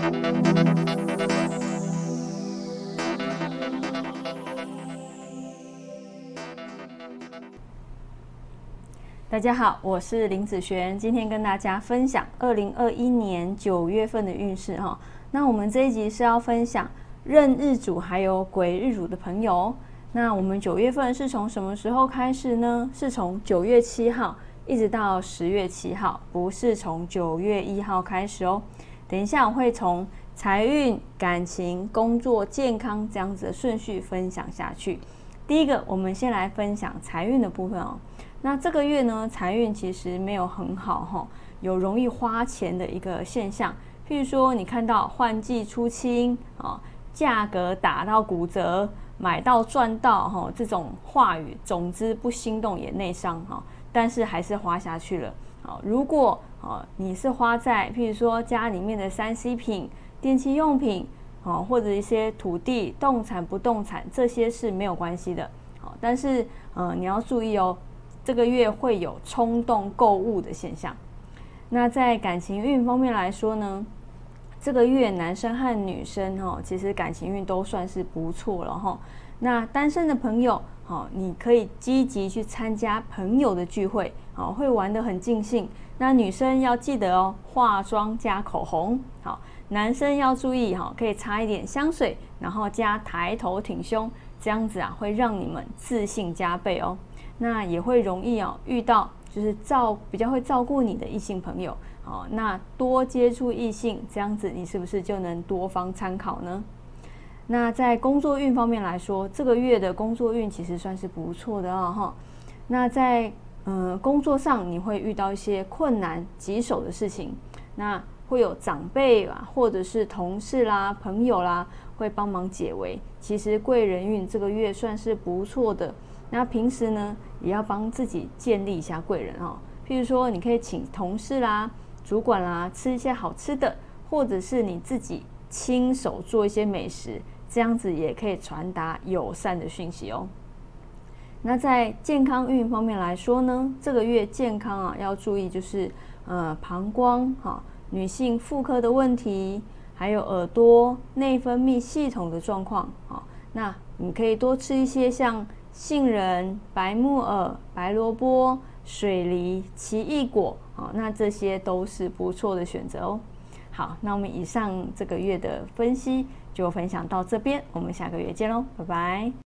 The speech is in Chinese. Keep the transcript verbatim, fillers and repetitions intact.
大家好，我是林子璇，今天跟大家分享二零二一年九月份的运势哈。那我们这一集是要分享壬日主还有癸日主的朋友。那我们九月份是从什么时候开始呢？是从九月七号一直到十月七号，不是从九月一号开始哦。等一下我会从财运、感情、工作、健康这样子的顺序分享下去。第一个，我们先来分享财运的部分哦。那这个月呢，财运其实没有很好哈，有容易花钱的一个现象。譬如说，你看到换季出清啊，价格打到骨折，买到赚到哈，这种话语，总之不心动也内伤哈，但是还是花下去了。好，如果啊你是花在譬如说家里面的三 C 品、电器用品啊，或者一些土地、动产、不动产，这些是没有关系的。好，但是呃你要注意哦。这个月会有冲动购物的现象。那在感情运方面来说呢，这个月男生和女生哈，其实感情运都算是不错了哈。那单身的朋友，好，你可以积极去参加朋友的聚会，好，会玩得很尽兴。那女生要记得哦，化妆加口红，好，男生要注意哈，可以擦一点香水，然后加抬头挺胸，这样子啊，会让你们自信加倍哦。那也会容易哦遇到就是照比较会照顾你的异性朋友，哦，那多接触异性，这样子你是不是就能多方参考呢？那在工作运方面来说，这个月的工作运其实算是不错的哦哈。那在呃工作上你会遇到一些困难棘手的事情，那会有长辈啊，或者是同事啦、朋友啦，会帮忙解围。其实贵人运这个月算是不错的。那平时呢，也要帮自己建立一下贵人哦。譬如说，你可以请同事啦、主管啦吃一些好吃的，或者是你自己亲手做一些美食，这样子也可以传达友善的讯息哦。那在健康运方面来说呢，这个月健康啊要注意，就是呃膀胱哈、哦、女性妇科的问题，还有耳朵内分泌系统的状况啊、哦。那你可以多吃一些像杏仁、白木耳、白萝卜、水梨、奇异果，哦，那这些都是不错的选择哦。好，那我们以上这个月的分析就分享到这边，我们下个月见喽，拜拜。